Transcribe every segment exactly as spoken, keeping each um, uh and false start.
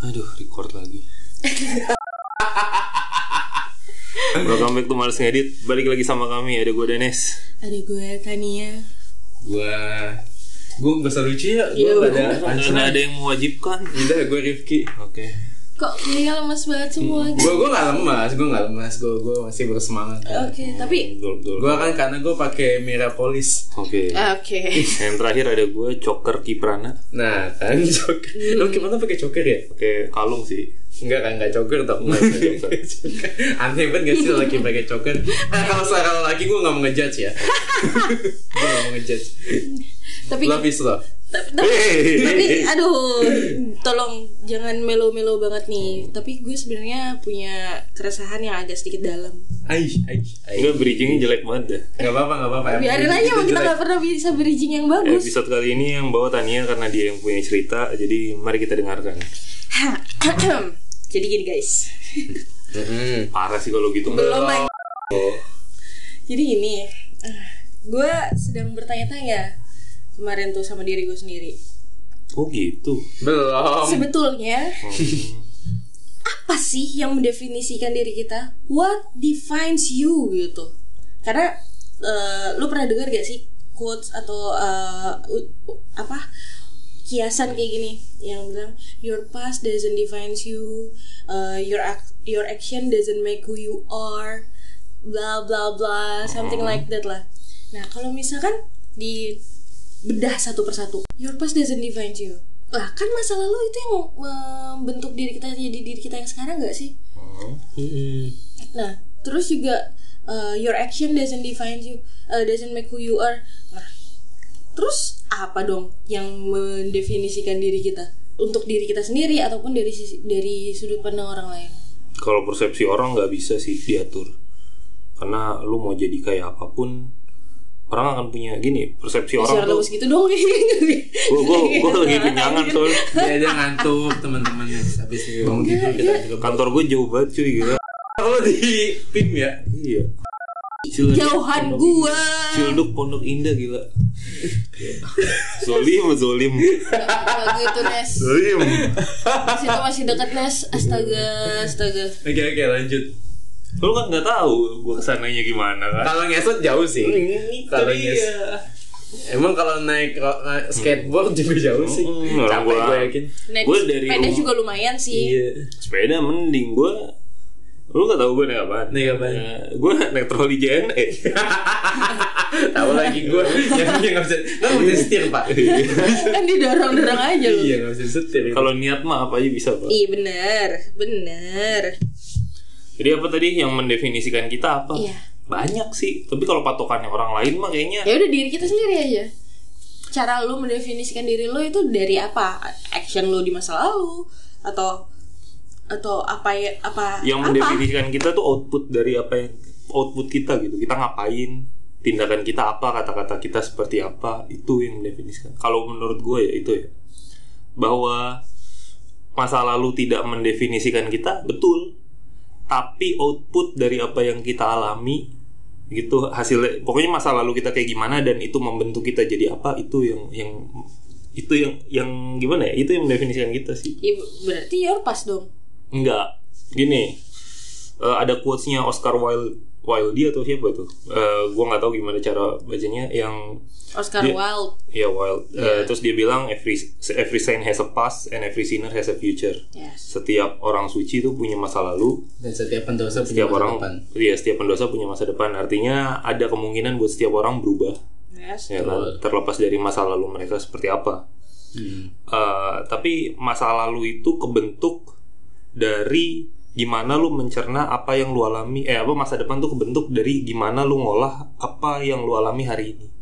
Aduh, record lagi. Welcome back to Males Ngedit. Balik lagi sama kami. Ada gue Danes. Ada gue Tania. Gue Gue gak usah lucu ya. Gue gak ada Karena ada yang mewajibkan. Udah, gue Rifki. Oke okay. Kok kayaknya lemas banget semua hmm. Gue gue gak lemas. Gue gak lemas. Gue gue masih bersemangat. Oke okay, oh, tapi gue kan karena gue pakai Mirapolis. Oke okay. Oke okay. Yang terakhir ada gue Choker Kiprana. Nah kan Choker hmm. Lo gimana pakai choker ya? Pakai kalung sih. Enggak kan, enggak choker tau. Aneh banget gak sih laki pakai choker. Nah, kalau kalau laki gue gak mau ngejudge ya. Gue gak mau ngejudge. Tapi love is love. Tapi, tapi, tapi aduh, tolong jangan melo-melo banget nih. Tapi gue sebenarnya punya keresahan yang agak sedikit dalam. Aish, aish. Enggak, bridgingnya jelek banget dah. Gak apa-apa, gak apa-apa. Biarin aja, kita gak pernah bisa bridging yang bagus. Episode kali ini yang bawa Tania karena dia yang punya cerita. Jadi mari kita dengarkan. Jadi gini guys. Mm-hmm. Parah sih kalau gitu. Belum lagi. Oh. Jadi gini, gue sedang bertanya-tanya kemarin tuh sama diri gue sendiri. Oh gitu. Belum. Sebetulnya hmm. apa sih yang mendefinisikan diri kita? What defines you gitu? Karena uh, lu pernah dengar gak sih quotes atau uh, uh, apa kiasan kayak gini yang bilang your past doesn't define you, uh, your ac- your action doesn't make who you are, bla bla bla, something like that lah. Nah kalau misalkan di bedah satu persatu, your past doesn't define you, lah kan masa lalu itu yang membentuk diri kita jadi diri kita yang sekarang nggak sih? Mm-hmm. Nah terus juga uh, your action doesn't define you, uh, doesn't make who you are. Nah terus apa dong yang mendefinisikan diri kita untuk diri kita sendiri ataupun dari dari sudut pandang orang lain? Kalau persepsi orang nggak bisa sih diatur, karena lu mau jadi kayak apapun orang akan punya gini persepsi ya, orang tuh. Gitu dong. Gue gue gue lagi kenyangan soalnya. Dia dia ngantuk teman-temannya habis ngomong gitu kita juga. Kantor gue jauh banget cuy gitu. Kalau di P I M ya? Iya. Ciledug, jauhan gua. Ciledug Pondok Indah gila. Zolim, zolim. Enggak gitu Nes. Zolim. Situ masih dekat Nes. Astaga, astaga. Oke oke lanjut. Lu kan nggak tahu gue kesananya gimana kan? Kalau ngesot jauh sih. Kalau ngesot. Emang kalau naik skateboard juga jauh sih. Hmm, capek gue yakin. Gue dari sepeda rumah juga lumayan sih. Iya. Sepeda mending gue. Lu gak tau gue naik apaan? Naik apaan? Nah, gue naik troli J N E. Tahu lagi gue yang dia nggak bisa nggak bisa setir pak. Kan didorong-dorong aja loh. Iya nggak bisa setir. Kalau niat mah apa aja bisa pak. Iya benar, benar. Jadi apa tadi yang mendefinisikan kita apa? Iya. Banyak sih. Tapi kalau patokannya orang lain mah kayaknya. Ya udah diri kita sendiri aja. Cara lu mendefinisikan diri lu itu dari apa? Action lu di masa lalu atau atau apa ya apa yang apa? Mendefinisikan kita tuh output dari apa yang output kita gitu. Kita ngapain, tindakan kita apa, kata-kata kita seperti apa, itu yang mendefinisikan. Kalau menurut gue ya itu ya, bahwa masa lalu tidak mendefinisikan kita, betul, tapi output dari apa yang kita alami gitu, hasilnya pokoknya masa lalu kita kayak gimana dan itu membentuk kita jadi apa, itu yang yang itu yang yang gimana ya, itu yang mendefinisikan kita sih. Ya, berarti your past dong. Enggak, gini, uh, ada quotes-nya Oscar Wilde, Wilde atau siapa tuh? Uh, gue nggak tahu gimana cara bacanya. Yang Oscar dia, Wilde. Iya Wilde. Yeah. Uh, terus dia bilang every every saint has a past and every sinner has a future. Yes. Setiap orang suci itu punya masa lalu dan setiap pendosa punya setiap masa orang, depan. Iya, setiap pendosa punya masa depan. Artinya ada kemungkinan buat setiap orang berubah. Yes. Ya kan? Terlepas dari masa lalu mereka seperti apa. Hmm. Uh, tapi masa lalu itu kebentuk dari gimana lu mencerna apa yang lu alami, eh apa masa depan tuh kebentuk dari gimana lu ngolah apa yang lu alami hari ini.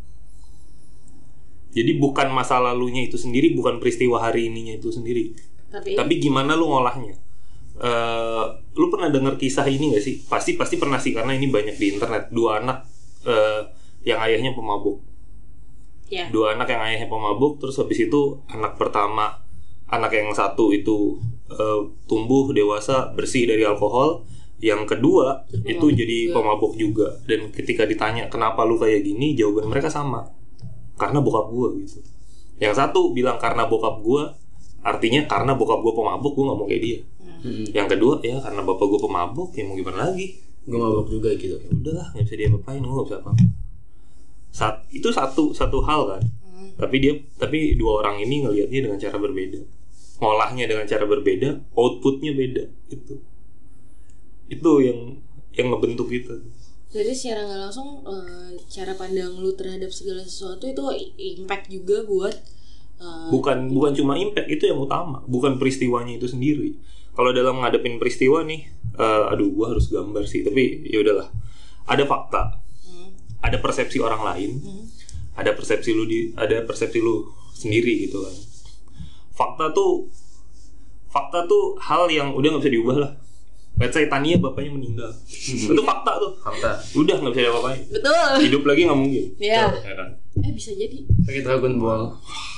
Jadi bukan masa lalunya itu sendiri, bukan peristiwa hari ininya itu sendiri, tapi, tapi gimana lu ngolahnya. Uh, lu pernah dengar kisah ini nggak sih? Pasti pasti pernah sih, karena ini banyak di internet. Dua anak uh, yang ayahnya pemabuk. Yeah. Dua anak yang ayahnya pemabuk, terus habis itu anak pertama, anak yang satu itu uh, tumbuh dewasa bersih dari alkohol, yang kedua pemabuk itu jadi juga. Pemabuk juga. Dan ketika ditanya kenapa lu kayak gini, jawaban mereka sama, karena bokap gue gitu. Yang satu bilang karena bokap gue, artinya karena bokap gue pemabuk gue nggak mau kayak dia. Hmm. Yang kedua ya karena bapak gue pemabuk ya mau gimana lagi, gue mabuk juga gitu. Ya udahlah nggak bisa dia apain, gue nggak bisa apa. Saat itu satu satu hal kan. Hmm. Tapi dia tapi dua orang ini ngelihatnya dengan cara berbeda, ngolahnya dengan cara berbeda, outputnya beda. Itu itu yang yang ngebentuk kita. Jadi secara nggak langsung uh, cara pandang lu terhadap segala sesuatu itu impact juga buat uh, bukan bukan cuma impact, itu yang utama, bukan peristiwanya itu sendiri. Kalau dalam ngadepin peristiwa nih, uh, aduh gua harus gambar sih, tapi ya udahlah. Ada fakta, hmm. ada persepsi orang lain, hmm. ada persepsi lu di, ada persepsi lu sendiri gitu kan. Fakta tuh, fakta tuh hal yang udah nggak bisa diubah lah. Let's say Tania bapaknya meninggal, itu fakta tuh. Fakta. Udah nggak bisa diapa-apain. Betul. Hidup lagi nggak mungkin. Iya. Ya kan? Eh bisa jadi. Pakai Dragon Ball.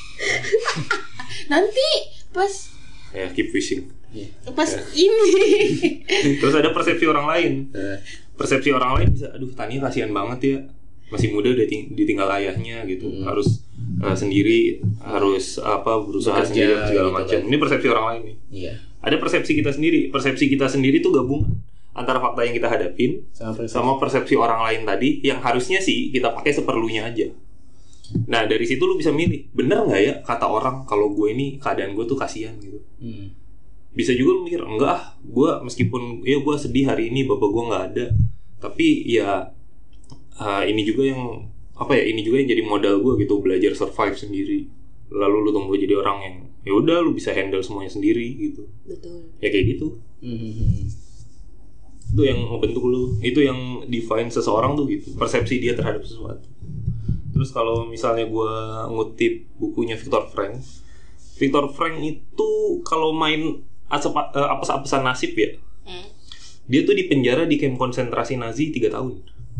Nanti pas. Ya keep wishing. Pas ya. Ini. Terus ada persepsi orang lain. Persepsi orang lain bisa, aduh Tania kasihan banget ya, masih muda udah ting- ditinggal ayahnya gitu, hmm. harus uh, sendiri, harus apa berusaha bekerja, sendiri segala gitu macam. Kan. Ini persepsi orang lain nih. Iya. Ada persepsi kita sendiri. Persepsi kita sendiri tuh gabung antara fakta yang kita hadapin sama persepsi. sama persepsi orang lain tadi yang harusnya sih kita pakai seperlunya aja. Nah dari situ lu bisa milih, bener nggak ya kata orang kalau gue ini keadaan gue tuh kasihan gitu. Hmm. Bisa juga lu mikir enggak ah, gue meskipun ya gue sedih hari ini bapak gue nggak ada, tapi ya uh, ini juga yang apa ya ini juga yang jadi modal gue gitu, belajar survive sendiri. Lalu lu tumbuh jadi orang yang ya udah lu bisa handle semuanya sendiri gitu. Betul. Ya kayak gitu. Mm-hmm. Itu yang ngebentuk lu, itu yang define seseorang tuh gitu, persepsi dia terhadap sesuatu. Terus kalau misalnya gue ngutip bukunya Viktor Frankl, Viktor Frankl itu kalau main apes-apesan nasib ya, hmm. dia tuh dipenjara di kamp konsentrasi Nazi tiga tahun.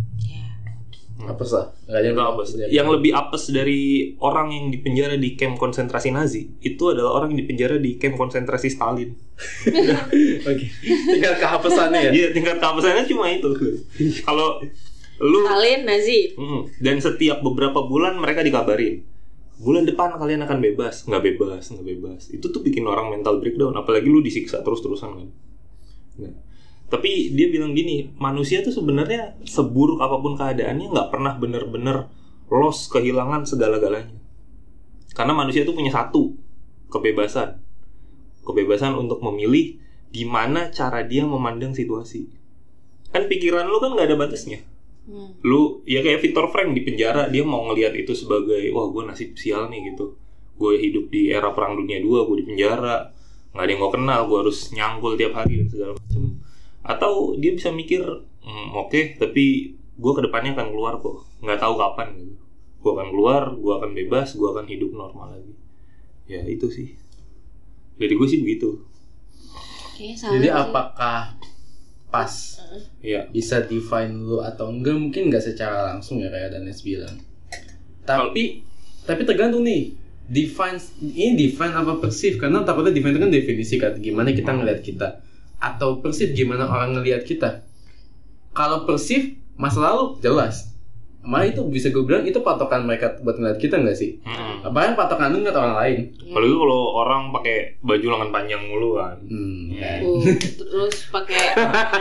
Apes lah, nggak ada apes. Yang lebih apes dari orang yang dipenjara di kamp konsentrasi Nazi itu adalah orang yang dipenjara di kamp konsentrasi Stalin. Oke, tingkat keapesannya ya? Iya, tingkat keapesannya cuma itu. Kalau lu Stalin, Nazi, mm, dan setiap beberapa bulan mereka dikabarin, bulan depan kalian akan bebas, nggak bebas, nggak bebas. Itu tuh bikin orang mental breakdown. Apalagi lu disiksa terus-terusan kan. Nah. Tapi dia bilang gini, manusia tuh sebenarnya seburuk apapun keadaannya nggak pernah benar-benar loss, kehilangan segala-galanya. Karena manusia tuh punya satu, kebebasan. Kebebasan untuk memilih gimana cara dia memandang situasi. Kan pikiran lu kan nggak ada batasnya. Hmm. Lu, ya kayak Viktor Frankl di penjara, dia mau ngelihat itu sebagai, wah gue nasib sial nih gitu. Gue hidup di era perang dunia dua, gue di penjara. Nggak ada yang gue kenal, gue harus nyangkul tiap hari dan segala macam. Atau dia bisa mikir, hmm, oke, okay, tapi gue kedepannya akan keluar kok, nggak tahu kapan gitu. Gue akan keluar, gue akan bebas, gue akan hidup normal lagi. Ya itu sih. Jadi gue sih begitu. Okay, jadi apakah pas uh. ya bisa define lu atau enggak, mungkin nggak secara langsung ya kayak Danes bilang. Tapi Kalo, tapi tergantung nih. Define ini define apa perceive, karena takutnya define itu kan definisi kan gimana kita ngeliat kita. Atau persif gimana orang ngelihat kita. Kalau persif masa lalu jelas, malah itu bisa gue bilang itu patokan mereka buat ngeliat kita nggak sih? Hmm. Apalagi patokan lu ngeliat orang lain. Kalau itu kalau orang pakai baju lengan panjang mulu kan, hmm. ya. uh, terus pakai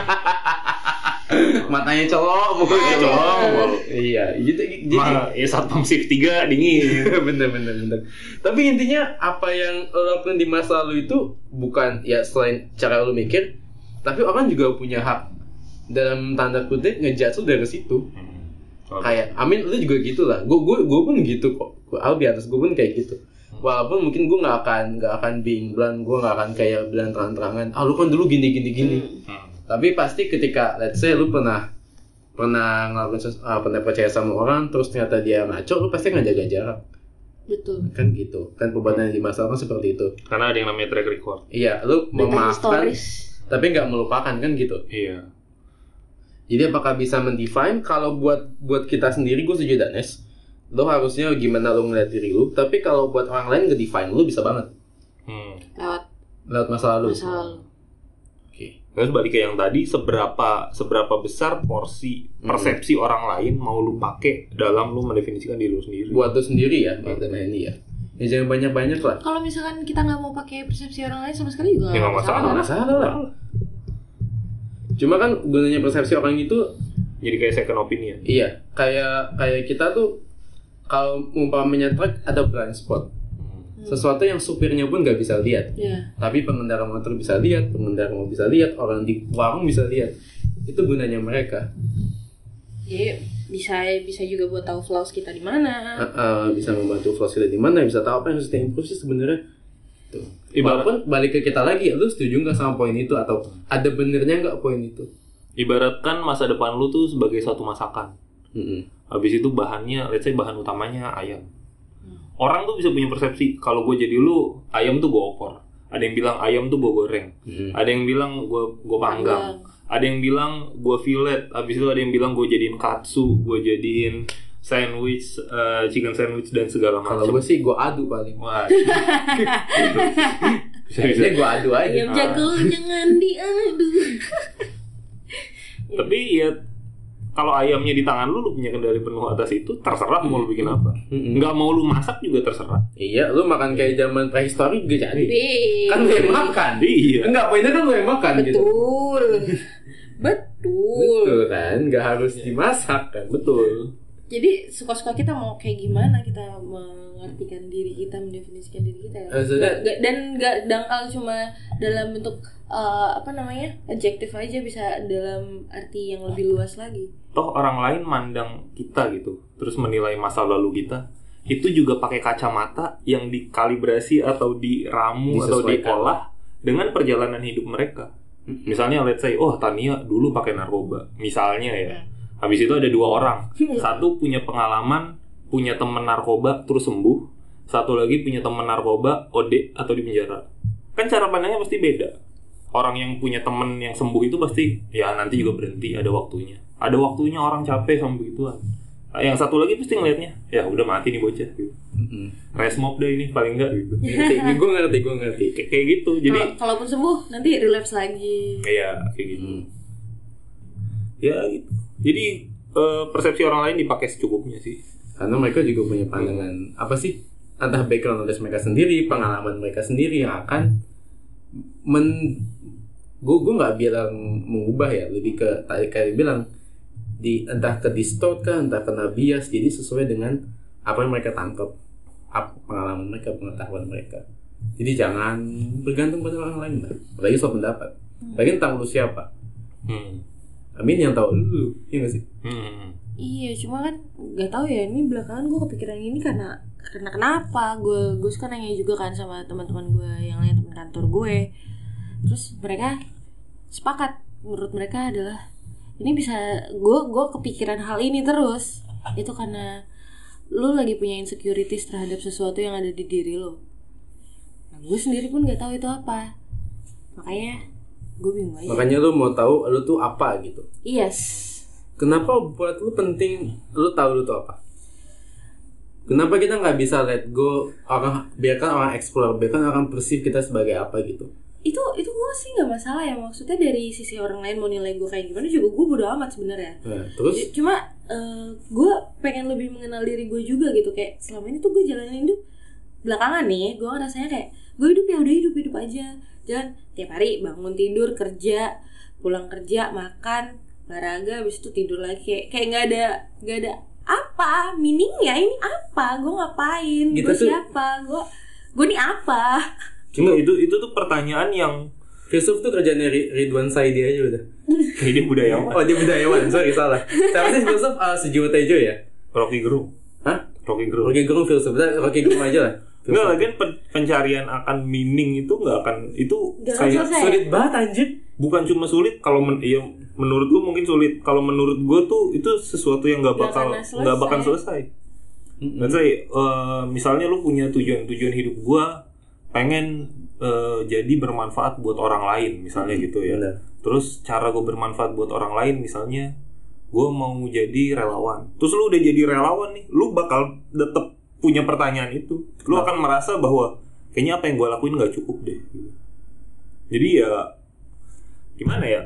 matanya colok, mukanya colok. Iya, gitu. Jadi ya satpam shift tiga dingin. bener bener bener. Tapi intinya apa yang lo lakukan di masa lalu itu bukan ya selain cara lo mikir, tapi orang juga punya hak dalam tanda kutip ngejudge lo dari situ. Hmm. Okay. Kayak Amin lu juga gitu lah. Gue gue gue pun gitu kok. Al di atas gue pun kayak gitu. Walaupun mungkin gue nggak akan nggak akan being blunt, gue nggak akan kayak bilang terang-terangan. Ah lu kan dulu gini gini gini. Hmm. Tapi pasti ketika let's say lu pernah pernah ngelakuin uh, pernah percaya sama orang terus ternyata dia ngaco, lu pasti ngejaga jarak. Betul. Kan gitu. Kan perbuatan di masa lalu seperti itu. Karena ada yang namanya track record. Iya, lu memaafkan tapi nggak melupakan kan gitu. Iya. Jadi apakah bisa mendefine? Kalau buat buat kita sendiri gue setuju Danes. Lo harusnya gimana lo ngeliat diri lo. Tapi kalau buat orang lain nge-define lo bisa banget. Hmm. Lewat lewat masa lalu. Masa lalu. Terus balik ke yang tadi, seberapa seberapa besar porsi persepsi hmm. orang lain mau lu pakai dalam lu mendefinisikan diri lu sendiri. Buat lu sendiri ya, buat hmm. ini ya. Ya jangan banyak-banyak lah. Kalau misalkan kita nggak mau pakai persepsi orang lain sama sekali juga ya, nggak masalah. Nggak masalah lah. Cuma kan gunanya persepsi orang itu jadi kayak second opinion. Iya, kayak kayak kita tuh kalau umpamanya truk ada blind spot. Hmm. Sesuatu yang supirnya pun nggak bisa lihat. Yeah. Tapi pengendara motor bisa lihat, pengendara mobil bisa lihat, orang di warung bisa lihat. Itu gunanya mereka. Iya, bisa bisa juga buat tahu flaws kita di mana. Uh, uh, bisa membantu flaws kita di mana, bisa tahu apa yang harus kita improve sih sebenarnya. Tuh. Walaupun balik ke kita lagi, lu setuju nggak sama poin itu atau ada benernya nggak poin itu? Ibaratkan masa depan lu tuh sebagai suatu masakan. Mm-hmm. Habis itu bahannya, let's say bahan utamanya ayam. Orang tuh bisa punya persepsi kalau gue jadi lu, ayam tuh gue opor. Ada yang bilang ayam tuh gue goreng. Mm-hmm. Ada yang bilang gue gue panggang. Ada yang bilang gue fillet. Habis itu ada yang bilang gue jadiin katsu, gue jadiin sandwich, uh, chicken sandwich dan segala macam. Kalau gue sih gue adu paling. Wah. Bisa gue adu aja. Ayam jago jangan diadu. Tapi ya kalau ayamnya di tangan lu, lu punya kendali penuh atas itu, terserah mau lu bikin apa. Mm-hmm. Nggak mau lu masak juga terserah. Iya, lu makan kayak zaman prehistori juga jadi. Kan lu yang makan. Iya. Enggak, poinnya kan lu yang makan. Betul. Gitu. Betul. Betul kan, nggak harus dimasak kan. Betul. Jadi suka-suka kita mau kayak gimana kita mengartikan diri kita, mendefinisikan diri kita. Uh, so that, gak, dan nggak dangkal cuma dalam bentuk uh, apa namanya adjektif aja, bisa dalam arti yang lebih luas lagi. Toh orang lain mandang kita gitu, terus menilai masa lalu kita, itu juga pakai kacamata yang dikalibrasi atau diramu atau diolah dengan perjalanan hidup mereka. Misalnya let's say, oh Tania dulu pakai narkoba, misalnya ya. Habis itu ada dua orang, satu punya pengalaman, punya teman narkoba terus sembuh, satu lagi punya teman narkoba O D atau di penjara. Kan cara pandangnya pasti beda. Orang yang punya teman yang sembuh itu pasti ya nanti juga berhenti, ada waktunya. Ada waktunya orang capek sama begituan. Yang satu lagi pasti ngelihatnya, ya udah mati nih bocah gitu. Mm-hmm. Resmob deh ini paling enggak gitu. Ngerti, gue ngerti, gue ngerti. Kay- kayak gitu. Jadi kalaupun sembuh nanti relapse lagi. Iya, kayak gitu. Hmm. Ya gitu. Jadi uh, persepsi orang lain dipakai secukupnya sih. Karena mereka juga punya pandangan apa sih? Entah background knowledge mereka sendiri, pengalaman mereka sendiri yang akan men gue gue nggak bilang mengubah ya, lebih ke tadi kayak bilang di entah ke distort kah, entah kena bias, jadi sesuai dengan apa yang mereka tangkap, apa pengalaman mereka, pengetahuan mereka. Jadi jangan bergantung pada orang lain lah, apalagi soal pendapat. Apalagi tentang lu siapa. Hmm. Amin yang tahu lu, iya nggak sih? Hmm. Iya, cuma kan nggak tahu ya, ini belakangan gue kepikiran ini karena karena kenapa? Gue gue suka nanya juga kan sama teman-teman gue yang lain, teman kantor gue. Terus mereka sepakat, menurut mereka adalah ini bisa gue gue kepikiran hal ini terus itu karena lu lagi punya insecurities terhadap sesuatu yang ada di diri lo. Nah, gue sendiri pun nggak tahu itu apa, makanya gue bingung aja. Makanya lu mau tahu lu tuh apa gitu. Yes. Kenapa buat lu penting lu tahu lu tuh apa? Kenapa kita nggak bisa let go orang, biarkan orang explore, biarkan orang perceive kita sebagai apa gitu? Itu itu gue sih nggak masalah ya, maksudnya dari sisi orang lain mau nilai gue kayak gimana juga gue bodo amat sebenarnya. Nah, terus? Cuma uh, gue pengen lebih mengenal diri gue juga gitu, kayak selama ini tuh gue jalanin hidup belakangan nih, gue rasanya kayak gue hidup ya udah hidup hidup aja, jalan tiap hari bangun tidur kerja, pulang kerja makan olahraga, habis itu tidur lagi, kayak kayak nggak ada nggak ada apa meaningnya, ini apa, gue ngapain, gue siapa, gue gue nih apa. Cuma itu itu tuh pertanyaan yang filsuf tuh kerjanya Ridwan Saidi aja udah. Kayak dia budayawan. Oh dia budayawan, sorry salah. Siapa sih filsuf? Uh, Sujiwo Tejo ya? Rocky Gerung. Hah? Rocky Gerung. Rocky Gerung filsuf, Rocky Gerung aja lah. Enggak, lagi pencarian akan meaning itu nggak akan itu kayak sulit banget anjir. Bukan cuma sulit kalau men, ya, menurut lu mungkin sulit. Kalau menurut gue tuh itu sesuatu yang nggak bakal nggak bakal selesai. Mm-hmm. Let's say uh, misalnya lu punya tujuan tujuan hidup gue pengen uh, jadi bermanfaat buat orang lain misalnya gitu ya. Benar. Terus cara gue bermanfaat buat orang lain misalnya gue mau jadi relawan. Terus lu udah jadi relawan nih, lu bakal tetap punya pertanyaan itu. Lu akan merasa bahwa kayaknya apa yang gue lakuin nggak cukup deh. Jadi ya gimana ya?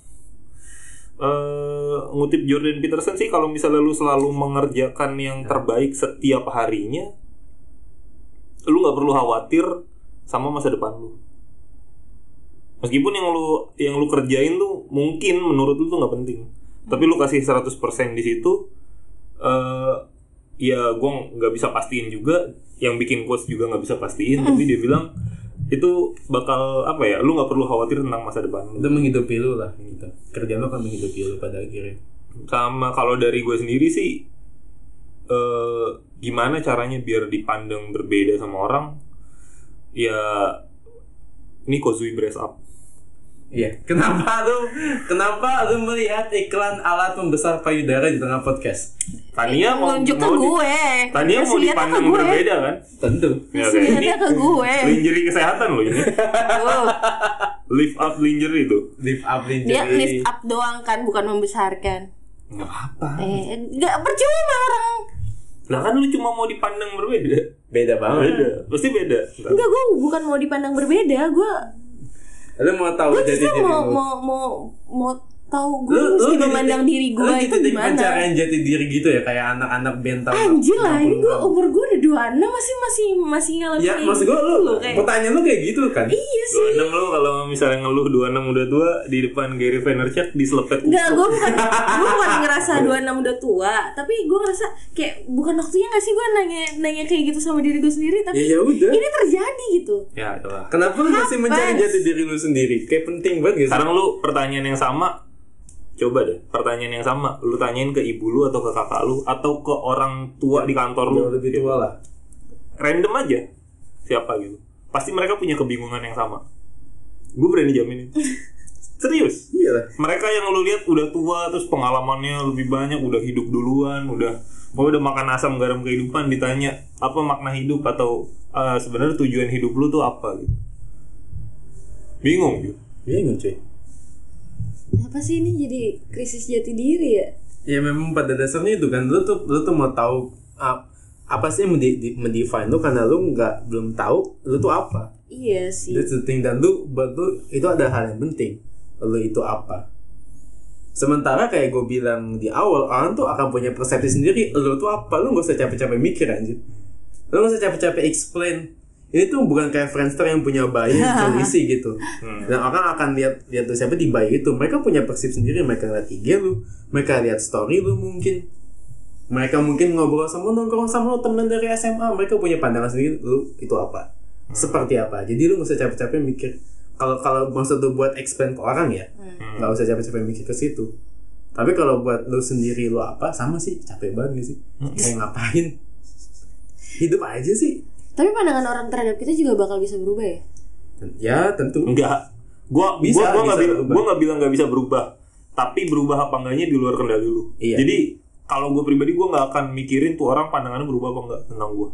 Uh, ngutip Jordan Peterson sih, kalau misalnya lu selalu mengerjakan yang terbaik setiap harinya, lu nggak perlu khawatir sama masa depan lu. Meskipun yang lu yang lu kerjain tuh mungkin menurut lu tuh nggak penting, tapi lu kasih seratus persen di situ, uh, ya gue nggak bisa pastiin juga, yang bikin quotes juga nggak bisa pastiin, tapi dia bilang itu bakal apa ya, lu nggak perlu khawatir tentang masa depan lu. Itu menghidupi lu lah gitu. Kerjaan lu kan menghidupi lu pada akhirnya. Sama kalau dari gue sendiri sih, uh, gimana caranya biar dipandang berbeda sama orang, ya ini Kozui Brace Up. Iya. Kenapa lu Kenapa lu melihat iklan alat membesar payudara di tengah podcast? Tania mau nunjuk mau ke gue. Di, Tania mau dipandang berbeda kan? Tentu. Ya, okay. Ini ke gue. Lingerie kesehatan loh ini. Oh. Lift up lingerie itu. Lift up lingerie. Dia lift up doang kan, bukan membesarkan. Enggak apa. Eh, enggak percuma orang. Lah kan lu cuma mau dipandang berbeda. Beda banget. Beda. Pasti beda. Enggak, gue bukan mau dipandang berbeda, gue lu mau tahu gue jadi justru diri mau, lu. mau mau mau tahu gue mesti memandang diri gue itu gimana. Pencarian jati diri gitu ya, kayak anak-anak band tahun anjir lah, ini gue umur gue udah dua puluh enam masih masih masih ngalamin. Ya maksud gue lu pertanyaan lu kayak gitu kan. Iya sih. dua puluh enam lu kalau misalnya ngeluh dua puluh enam udah tua di depan Gary Vaynerchuk diselepet. Enggak, gue bukan gue bukan ngerasa dua puluh enam udah tua, tapi gue ngerasa kayak bukan waktunya nggak sih gue nanya nanya kayak gitu sama diri gue sendiri, tapi ya, ya udah. Ini terjadi gitu. Ya itulah. Kenapa lu masih mencari jati diri lu sendiri? Kayak penting banget gitu. Sekarang lu pertanyaan yang sama, coba deh pertanyaan yang sama lu tanyain ke ibu lu atau ke kakak lu atau ke orang tua di kantor lu. Jauh lebih tua lah. Random aja siapa gitu, pasti mereka punya kebingungan yang sama. Gue berani jaminin. Serius. Iya lah. Mereka yang lu lihat udah tua terus pengalamannya lebih banyak, udah hidup duluan, udah oh, udah makan asam garam kehidupan, ditanya apa makna hidup atau uh, sebenarnya tujuan hidup lu tuh apa gitu. Bingung gitu. Bingung cuy. Apa sih ini jadi krisis jati diri ya? Ya memang pada dasarnya itu kan, lu tuh lu tuh mau tahu uh, apa sih yang mendefine lu, karena lu nggak belum tahu lu tuh apa. Iya sih. That's the thing. Dan lu buat lu itu ada hal yang penting, lu itu apa. Sementara kayak gue bilang di awal, orang tuh akan punya persepsi sendiri lu tuh apa. Lu nggak usah capek-capek mikir anjir. Lu nggak usah capek-capek explain. Ini tuh bukan kayak Friendster yang punya bayi polisi gitu. Hmm. Dan orang akan lihat lihat tuh siapa di bayi itu. Mereka punya persepsi sendiri. Mereka lihat I G lu, mereka lihat story lu mungkin. Mereka mungkin ngobrol sama nongkrong sama lu teman dari S M A. Mereka punya pandangan sendiri lu itu apa, hmm. seperti apa. Jadi lu nggak usah capek-capek mikir. Kalau kalau maksud lu buat explain ke orang ya, nggak hmm. usah capek-capek mikir ke situ. Tapi kalau buat lu sendiri lu apa, sama sih capek banget sih. Hmm. Kayak ngapain? Hidup aja sih. Tapi pandangan orang terhadap kita juga bakal bisa berubah ya? Ya tentu. Enggak. Gua bisa, gua nggak bilang gua nggak bilang nggak bisa berubah. Tapi berubah apa enggaknya di luar kendali lu. Iya. Jadi kalau gue pribadi gue nggak akan mikirin tuh orang pandangannya berubah apa enggak tentang gue.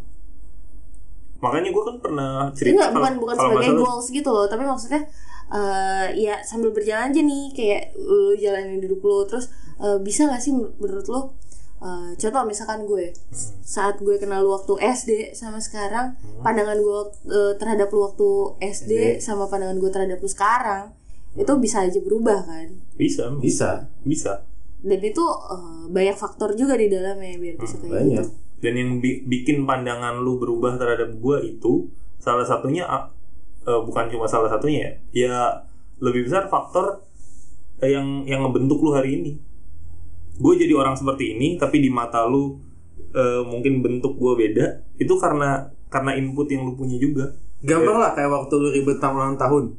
Makanya gue kan pernah cerita. Enggak, bukan bukan sebagai masalah goals gitu loh. Tapi maksudnya uh, ya sambil berjalan aja nih, kayak lu jalanin hidup lu. Terus uh, bisa nggak sih menurut lu? Uh, contoh misalkan gue hmm. saat gue kenal lu waktu S D sama sekarang, hmm. pandangan gue uh, terhadap lu waktu S D, S D sama pandangan gue terhadap lu sekarang itu bisa aja berubah kan? Bisa, bisa, bisa. Dan itu uh, banyak faktor juga di dalamnya biar bisa kayak banyak. gitu. Dan yang bi- bikin pandangan lu berubah terhadap gue itu salah satunya uh, bukan cuma salah satunya ya, ya lebih besar faktor uh, yang yang ngebentuk lu hari ini. Gue jadi orang seperti ini, tapi di mata lu uh, mungkin bentuk gue beda. Itu karena karena input yang lu punya juga. Gampang lah kayak waktu lu ribet ulang tahun.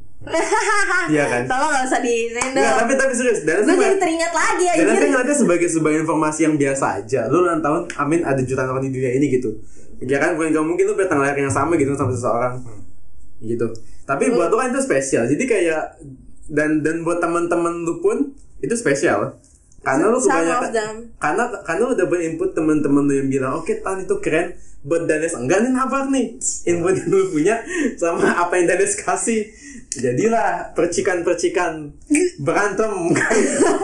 Iya kan? Tolong gak usah di-random. Nggak, tapi tapi serius. Dan gue jadi teringat lagi aja. Dan saya ngeliatnya sebagai sebagai informasi yang biasa aja. Lu ulang tahun, amin ada jutaan orang di dunia ini gitu. Ya kan, bukan gak mungkin lu punya tanggal lahir yang sama gitu sama seseorang. Gitu. Tapi buat lu kan itu spesial. Jadi kayak dan dan buat teman-teman lu pun itu spesial. Karena lu kebanyakan karena karena lu udah berinput teman-teman lu yang bilang oke okay, tahun itu keren, buat Danes enggak nih nabrak nih input yang lu punya sama apa yang Danes kasih, jadilah percikan-percikan berantem kan.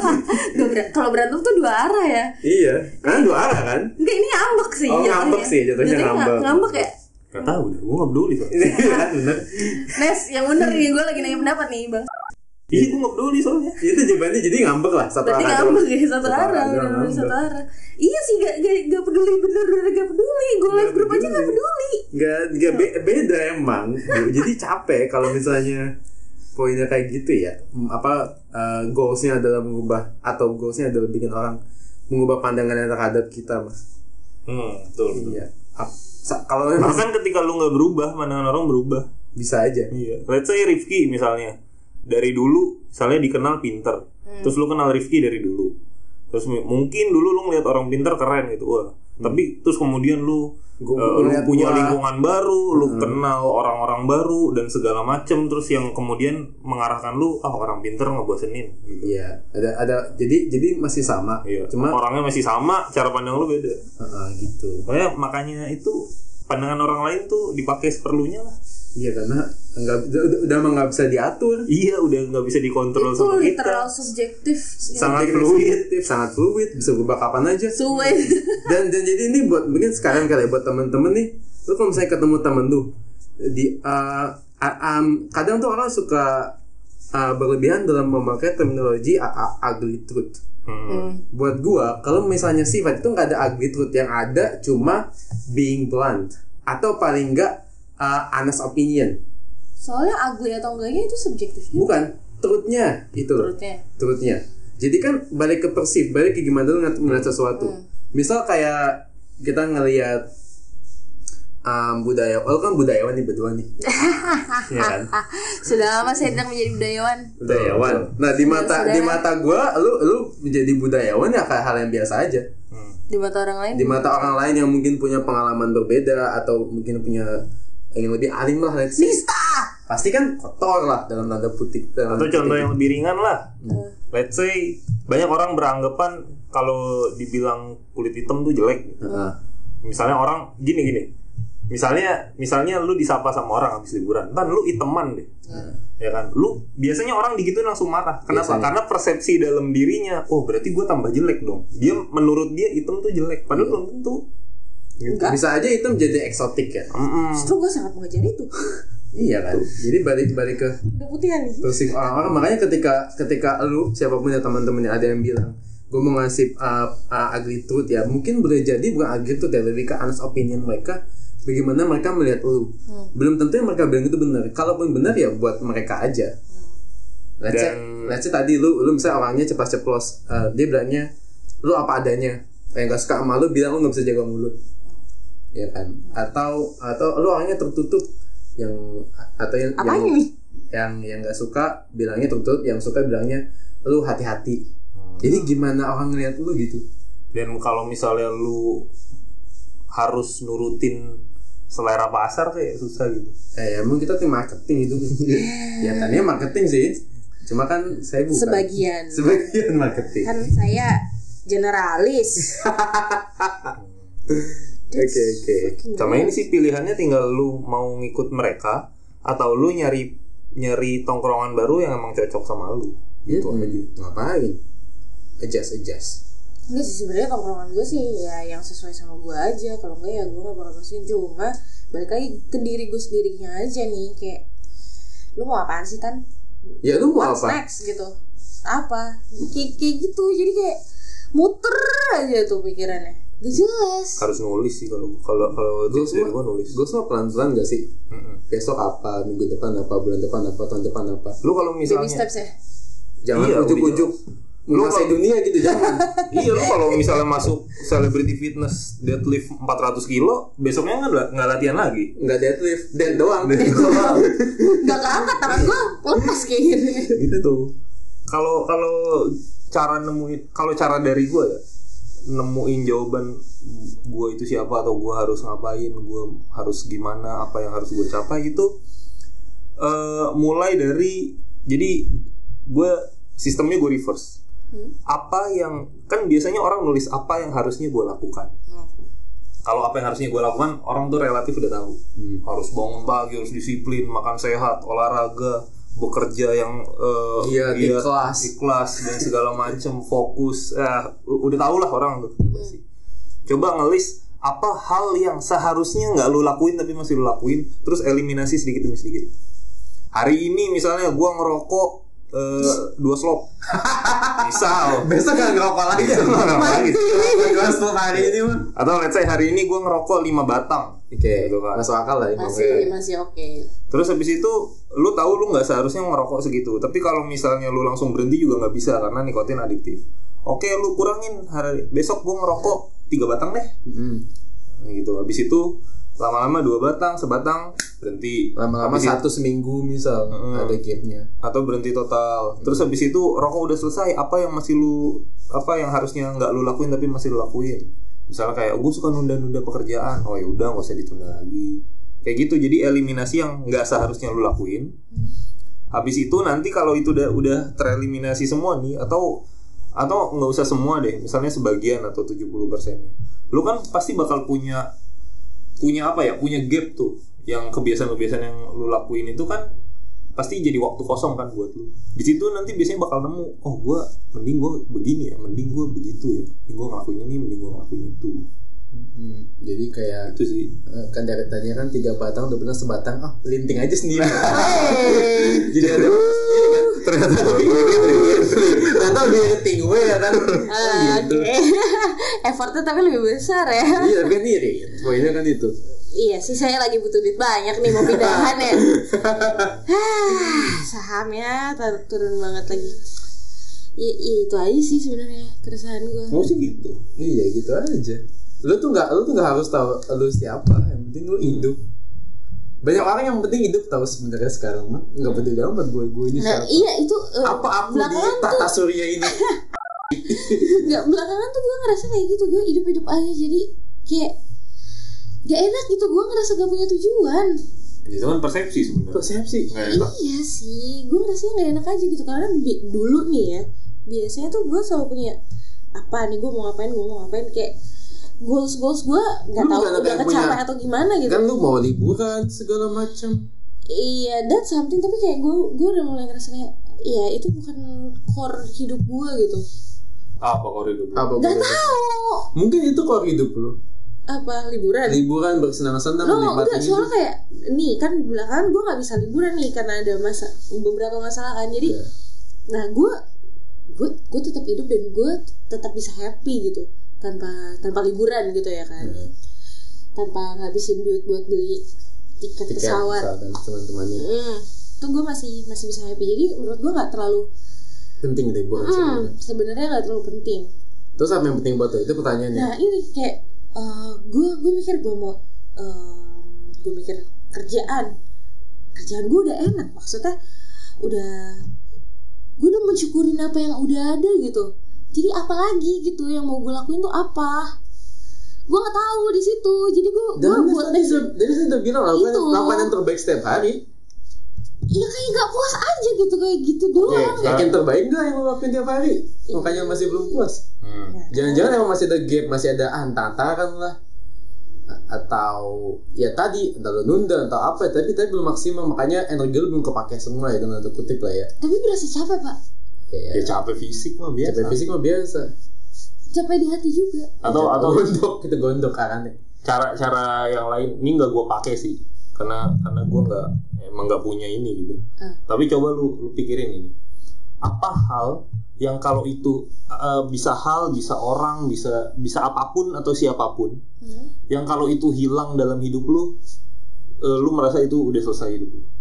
Kalau berantem tuh dua arah ya. Iya, karena dua arah kan. Enggak, ini ngambek sih. Oh ngambek sih jatuhnya, ngambek. Ngambek ya. Gak tahu deh, gue gak peduli soalnya. Iya bener. Nes, yang bener nih, gue lagi nanya pendapat nih bang. Iya, gue nggak peduli soalnya. Itu jawabannya jadi ngambek lah satu berarti arah. Berarti ngambek ya satu arah, benar satu arah. Iya sih, gak, gak, gak peduli, bener-bener gak peduli. Gue live group aja gak peduli. Gak, gak be- beda emang. Jadi capek kalau misalnya poinnya kayak gitu ya. Apa uh, goalsnya adalah mengubah atau goalsnya adalah bikin orang mengubah pandangan terhadap kita, mas. Hmm, betul. betul. Iya. Sa- kalau memang bahkan ketika lu nggak berubah, pandangan orang berubah. Bisa aja. Iya. Let's say Rifki misalnya dari dulu, misalnya dikenal pinter, hmm. terus lu kenal Rifki dari dulu, terus m- mungkin dulu lu ngeliat orang pinter keren gitu, wah. Hmm. Tapi terus kemudian lu Gua, uh, lu punya gua. lingkungan baru, lu hmm. kenal orang-orang baru dan segala macem, terus yang kemudian mengarahkan lu, ah orang pinter ngebosenin. Gitu. Iya, ada ada jadi jadi masih sama. Iya. Cuma orangnya masih sama, cara pandang lu beda. Uh, gitu. Makanya makanya itu pandangan orang lain tuh dipakai seperlunya lah. Iya, karena nggak udah udah nggak bisa diatur. Iya, udah nggak bisa dikontrol itu sama kita. Itu literal subjektif. Sangat fluid, sangat fluid, bisa berubah kapan aja. Suwe. Dan dan jadi ini buat mungkin sekarang kali buat temen-temen nih, lu kalau misalnya ketemu temen tuh di uh, um, kadang tuh orang suka uh, berlebihan dalam memakai terminologi uh, uh, ugly truth. Hmm. Buat gua, kalau misalnya sifat itu nggak ada ugly truth, yang ada cuma being blunt atau paling enggak Uh, honest opinion. Soalnya ugly atau enggaknya itu subjektif juga. Bukan, truthnya itu loh. Truthnya. Truthnya. Jadi kan balik ke persif, balik ke gimana lu ngeliat sesuatu. Hmm. Misal kayak kita ngelihat um, budaya, oh kan budayawan nih berdua nih. Iya kan? Sudah lama saya tidak menjadi budayawan. Budayawan. Nah di mata Sudah. di mata gua, lu lu menjadi budayawan ya kayak hal yang biasa aja. Hmm. Di mata orang lain. Di mata orang lain yang mungkin punya pengalaman berbeda atau mungkin punya yang lebih alim lah, let's say. Nista! Pasti kan kotor lah dalam tanda putih. Dalam atau contoh putih. yang lebih ringan lah. Hmm. Let's say banyak orang beranggapan kalau dibilang kulit hitam tuh jelek. Hmm. Misalnya orang gini gini. Misalnya misalnya lu disapa sama orang habis liburan, "Tan, lu hiteman deh." Hmm. Ya kan? Lu biasanya orang digituin langsung marah. Kenapa? Biasanya. Karena persepsi dalam dirinya, oh berarti gue tambah jelek dong. Dia menurut dia hitam tuh jelek, padahal hmm. belum tentu. Gitu. Bisa aja itu menjadi eksotik ya. Mm-mm. Justru gue sangat mengejar itu. Iya kan. Jadi balik-balik ke udah putihan nih. Terus orang-orang makanya ketika ketika lu siapapun ya teman-temannya ada yang bilang gue mau ngasih uh, uh, ugly truth ya, mungkin boleh jadi bukan ugly truth ya, lebih ke honest opinion mereka. Bagaimana mereka melihat lu. Hmm. Belum tentu yang mereka bilang itu benar. Kalaupun benar ya buat mereka aja. Hmm. Let's say, let's say tadi lu lu misalnya orangnya ceplas-ceplos, uh, dia bilangnya lu apa adanya. Kayak enggak suka sama lu, bilang lu enggak bisa jaga mulut. Ya kan, atau atau lu orangnya tertutup, yang atau yang apa yang ini? yang yang nggak suka bilangnya tertutup, yang suka bilangnya lu hati-hati. Hmm. Jadi gimana orang ngeliat lu gitu? Dan kalau misalnya lu harus nurutin selera pasar kayak susah gitu. Eh, emang kita tim marketing itu. Ya tadinya marketing sih, cuma kan saya bukan. Sebagian. Sebagian marketing. Kan saya generalis. Oke oke. Okay, okay. Sama ini sih pilihannya tinggal lu mau ngikut mereka atau lu nyari nyari tongkrongan baru yang emang cocok sama lu. Gitu hmm. aja. Ngapain? Adjust adjust. Enggak sih sebenarnya tongkrongan gue sih ya yang sesuai sama gue aja. Kalau enggak ya gue nggak bakal masukin. Cuma balik lagi ke diri gue sendirinya aja nih, kayak lu mau apaan sih Tan? Ya lu mau What's apa? next gitu? Apa? Kayak kayak gitu. Jadi kayak muter aja tuh pikirannya. Gak jelas. Harus nulis sih kalau kalau kalau gue dari gue nulis. Gue semua pelan-pelan gak sih? Mm-mm. Besok apa, minggu depan apa, bulan depan apa, tahun depan apa. Lu kalau misalnya baby steps ya. Jangan iya, ujuk-ujuk menguasai dunia gitu, jangan. Iya, lu kalau misalnya masuk celebrity fitness deadlift empat ratus kilo, besoknya enggak enggak latihan lagi. Enggak deadlift, dead doang. Dead doang. Enggak keangkat tangan gua, lepas kayak gini. Gitu tuh. Kalau kalau cara nemuin kalau cara dari gua ya nemuin jawaban gue itu siapa atau gue harus ngapain, gue harus gimana, apa yang harus gue capai itu uh, mulai dari jadi gue sistemnya gue reverse. hmm? Apa yang kan biasanya orang nulis apa yang harusnya gue lakukan. hmm. Kalau apa yang harusnya gue lakukan orang tuh relatif udah tahu. hmm. Harus bangun pagi, harus disiplin, makan sehat, olahraga, bekerja yang uh, iya, iya, ikhlas ikhlas dan segala macam, fokus, eh, udah tau lah orang tuh. hmm. Coba ngelis apa hal yang seharusnya nggak lu lakuin tapi masih lu lakuin, terus eliminasi sedikit demi sedikit. Hari ini misalnya gue ngerokok Uh, dua slop. Misal besok gak ngerokok lagi ya? Ngerokok lagi. Dua slop hari ini mah. Atau let's say hari ini gue ngerokok lima batang. Oke, okay. Gitu kan. Masuk akal lah. Masih, masih oke. Okay. Terus habis itu lu tahu lu nggak seharusnya ngerokok segitu. Tapi kalau misalnya lu langsung berhenti juga nggak bisa karena nikotin adiktif. Oke, okay, lu kurangin hari besok gue ngerokok tiga batang deh. Mm-hmm. Gitu. Habis itu lama-lama dua batang, sebatang berhenti. Lama-lama habis satu itu, seminggu misal hmm, ada gapnya. Atau berhenti total. Terus hmm. habis itu rokok udah selesai, apa yang masih lu apa yang harusnya nggak lu lakuin tapi masih lu lakuin? Misalnya kayak gue suka nunda-nunda pekerjaan, oh ya udah nggak usah ditunda lagi. Kayak gitu. Jadi eliminasi yang nggak seharusnya lu lakuin. Hmm. Habis itu nanti kalau itu udah udah tereliminasi semua nih atau atau nggak usah semua deh, misalnya sebagian atau tujuh puluh persennya. Lu kan pasti bakal punya punya apa ya, punya gap tuh yang kebiasaan-kebiasaan yang lu lakuin itu kan pasti jadi waktu kosong kan buat lu. Di situ nanti biasanya bakal nemu, oh gue mending gue begini ya, mending gue begitu ya, mending gue ngelakuin ini, mending gue ngelakuin itu. Hmm, jadi kayak itu sih kan dari tadi kan tiga batang udah benar sebatang, ah oh, linting aja sendiri. Jadi ada ternyata ternyata lebih linting gue ya kan. Oke. Effortnya tapi lebih besar ya. Iya kan iri. Poinnya kan itu. Iya sih, saya lagi butuh duit banyak nih mau pindahan ya. Sahamnya turun banget lagi. Ya, itu aja sih sebenarnya keresahan gue. Mau sih gitu. Iya gitu aja. Lu tuh nggak, lu tuh nggak harus tahu lu siapa. Yang penting lu hidup. Banyak orang yang penting hidup tahu sebenarnya sekarang mah nggak peduli amat gue gue ini nah, siapa. Iya itu. Uh, apa aku di tata surya ini. Nggak, belakangan tuh gue ngerasa kayak gitu, gue hidup-hidup aja jadi kayak gak enak gitu, gue ngerasa gak punya tujuan. Itu kan persepsi sebenarnya. Persepsi. Iya sih, gue ngerasanya gak enak aja gitu karena bi- dulu nih ya biasanya tuh gue selalu punya apa nih, gue mau ngapain, gue mau ngapain kayak goals goals gue nggak tahu udah kecapai atau gimana gitu. Kan lu mau liburan segala macam. Iya, that's something, tapi kayak gue gue udah mulai ngerasa kayak iya itu bukan core hidup gue gitu. Apa core hidup? Apa gak tahu. Mungkin itu core hidup lu. Apa liburan? Liburan bersenang-senang menikmati. Lo enggak, soalnya kayak nih kan belakangan gue nggak bisa liburan nih karena ada masa beberapa masalah kan. Jadi yeah. Nah gue gue gue tetap hidup dan gue tetap bisa happy gitu tanpa tanpa liburan gitu ya kan. Yeah. Tanpa ngabisin duit buat beli tiket, tiket pesawat teman-temannya. Mm, tuh gue masih masih bisa happy. Jadi menurut gue nggak terlalu penting liburan mm, sebenarnya. Sebenarnya nggak terlalu penting. Terus apa yang penting buat lo? Itu pertanyaannya. Nah ini kayak Uh, gue gue mikir gue mau uh, gue mikir kerjaan kerjaan gue udah enak, maksudnya udah gue udah mensyukurin apa yang udah ada gitu. Jadi apa lagi gitu yang mau gue lakuin tuh apa? Gue nggak tahu di situ. Jadi gue gue buat dari dari saya udah bilang lakukan yang terbaik setiap hari. Iya kayak gak puas aja gitu, kayak gitu doang. Okay, yakin terbaik gak yang lo lakuin tiap hari? Makanya masih belum puas. Hmm. Jangan-jangan emang masih ada gap, masih ada antantaran lah. Atau ya tadi entah lo nunda atau apa, tapi tapi belum maksimal, makanya energi lo belum kepake semua ya, dengan tanda kutip lah ya. Tapi berasa capek pak. Ya, ya capek fisik mah biasa. Capek fisik mah biasa. Capek di hati juga. Atau ya, atau gondok, kita gondok kan. Cara-cara yang lain ini nggak gue pakai sih, karena karena gue nggak emang nggak punya ini gitu. Uh. Tapi coba lu lu pikirin ini, apa hal yang kalau itu uh, bisa hal, bisa orang, bisa bisa apapun atau siapapun, hmm. yang kalau itu hilang dalam hidup lu, uh, lu merasa itu udah selesai hidup lu.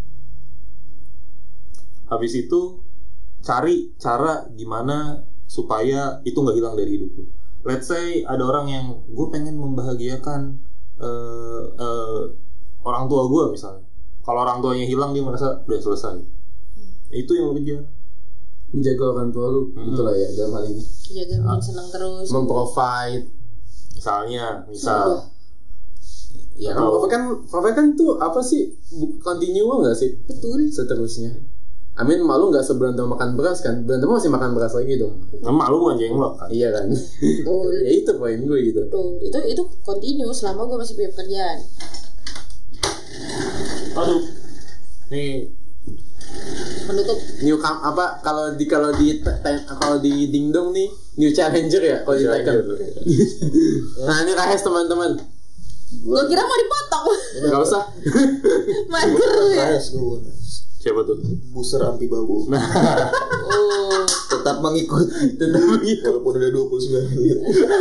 Habis itu cari cara gimana supaya itu nggak hilang dari hidup lu. Let's say ada orang yang gue pengen membahagiakan uh, uh, orang tua gue misalnya. Kalau orang tuanya hilang dia merasa udah selesai. Hmm. Itu yang lo kejar. Menjaga orang tua lu, hmm. itulah ya dalam hal ini. Jaga bikin ah. senang terus. Memprovide. Misalnya, misal. Ya kan, provide kan, provide kan tuh apa sih? Continue nggak sih? Betul. Seterusnya. Amin, malu nggak seberantem makan beras kan? Berantem masih makan beras lagi dong. Nah, malu bukan jenglot kan? Iya kan. Ya itu poin gue gitu. Betul. Itu itu continue selama gue masih punya pekerjaan. Aduh, nih penutup. New cam apa kalau di kalau di kalau di dingdong nih new challenger ya kalau di Tekken. Nah ini Rahes teman-teman. Gue kira mau dipotong. Enggak usah. Mager ya. Siapa tuh? Buser ampi bau. Nah. Oh. Tetap mengikuti, tetap mengikuti walaupun udah dua puluh sembilan menit.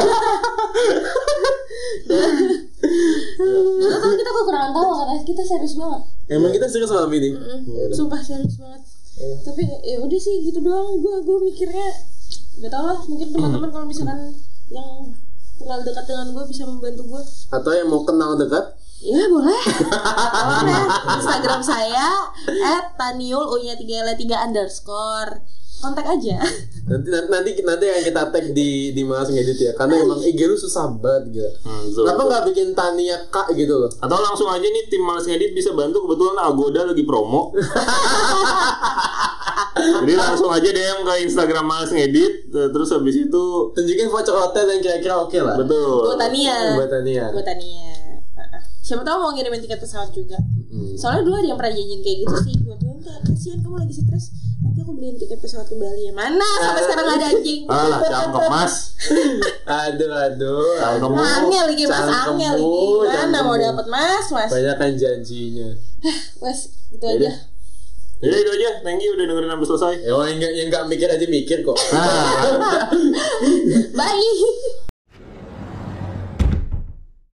Nah, kalau kita kekurangan tahu karena kita serius banget. Emang kita serius malam ini. Mm-hmm. Sumpah serius banget. Ya. Tapi ya udah sih gitu doang. Gue gue mikirnya nggak tahu lah. Mungkin teman-teman kalau misalkan yang kenal dekat dengan gue bisa membantu gue. Atau yang mau kenal dekat? Ya boleh. Boleh. Instagram saya at taniul u nya tiga l tiga underscore. Kontak aja. Nanti nanti nanti yang kita tag di di Malas Ngedit ya. Karena emang I G lu susah banget gitu. Hmm, Kenapa nggak bikin Tania Kak gitu loh? Atau langsung aja nih tim Malas Ngedit bisa bantu, kebetulan Agoda lagi promo. Jadi langsung aja deh yang ke Instagram Malas Ngedit, terus habis itu tunjukin voucher hotel yang kira-kira oke okay lah. Betul. Buat Tania. Buat Tania. Buat Tania. Siapa tahu mau ngirimin tiket pesawat juga. Hmm. Soalnya dulu ada yang pernah janjiin kayak gitu sih. Gue tuh kayak kasihan kamu lagi stres. Nanti aku beliin tiket pesawat ke Bali ya. Mana sampai sekarang nggak ada anjing. Alah, cangkep mas. Aduh aduh. Cangkep mu. Angel lagi mas, angel lagi. Mana mau dapat mas, mas. Banyak kan janjinya. Wes, gitu aja. Jadi itu aja. Thank you udah dengerin sampai selesai. Ya yang nggak yang nggak mikir aja mikir kok. Bye.